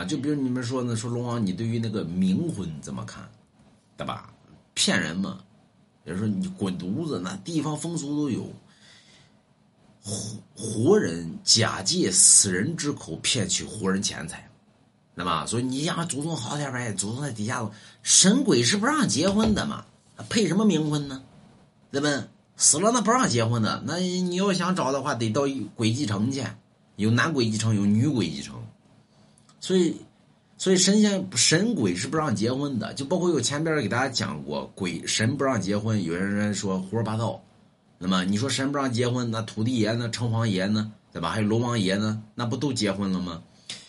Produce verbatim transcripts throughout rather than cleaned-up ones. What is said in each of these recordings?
就比如你们说呢，说龙王，你对于那个冥婚怎么看？对吧？骗人嘛，比如说你滚犊子，那地方风俗都有。活活人假借死人之口骗取活人钱财，那么所以你想祖宗好点呗，祖宗在底下神鬼是不让结婚的嘛，配什么冥婚呢？对吧？死了那不让结婚的，那你要想找的话，得到鬼继承去，有男鬼继承，有女鬼继承，所以所以神仙神鬼是不让结婚的，就包括有前边给大家讲过，鬼神不让结婚，有人说胡说八道。那么你说神不让结婚，那土地爷呢，城隍爷呢，对吧？还有龙王爷呢，那不都结婚了吗？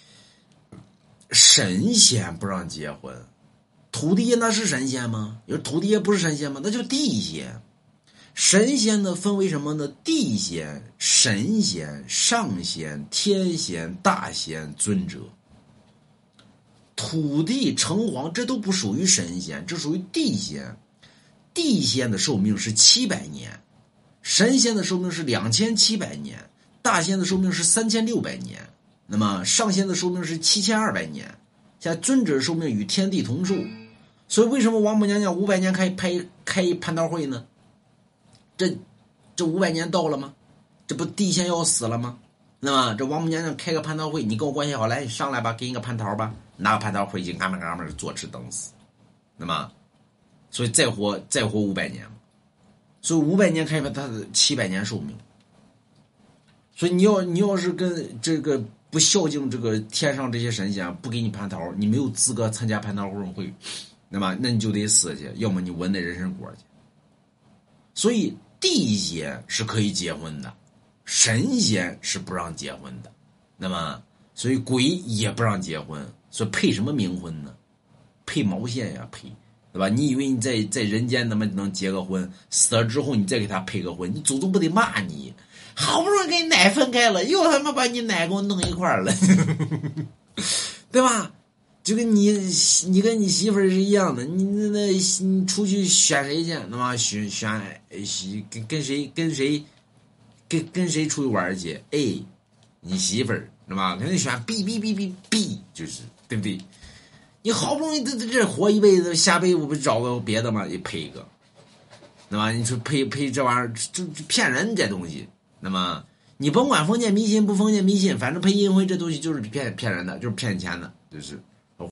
神仙不让结婚，土地爷那是神仙吗？有土地爷不是神仙吗？那就地仙。神仙呢分为什么呢？地仙、神仙、上仙、天仙、大仙、尊者。土地、城隍这都不属于神仙，这属于地仙。地仙的寿命是七百年。神仙的寿命是两千七百年，大仙的寿命是三千六百年，那么上仙的寿命是七千二百年，现在尊者寿命与天地同寿，所以为什么王母娘娘五百年开开开蟠桃会呢？这这五百年到了吗？这不地仙要死了吗？那么这王母娘娘开个蟠桃会，你跟我关系好，来上来吧，给你个蟠桃吧，拿个蟠桃回去，嘎门嘎门坐吃等死，那么所以再活再活五百年。所以五百年开发，他的七百年寿命。所以你要你要是跟这个不孝敬这个天上这些神仙，不给你蟠桃，你没有资格参加蟠桃会，那么那你就得死去，要么你闻那人参果去。所以地仙是可以结婚的，神仙是不让结婚的。那么所以鬼也不让结婚，所以配什么冥婚呢？配毛线呀，配。对吧？你以为你在在人间那么能结个婚，死了之后你再给他配个婚，你祖宗不得骂你？好不容易给你奶分开了，又他妈把你奶给我弄一块了，对吧？就跟你你跟你媳妇儿是一样的，你那那你出去选谁去？那么选选跟跟谁跟谁跟跟谁出去玩去？哎，你媳妇儿是吧？肯定选 B B B B B， 就是对不对？你好不容易这这这活一辈子，下辈子我不找个别的吗？也配一个，那么你说配配这玩意儿，就骗人这东西。那么你甭管封建迷信不封建迷信，反正配阴婚这东西就是骗骗人的，就是骗钱的，就是。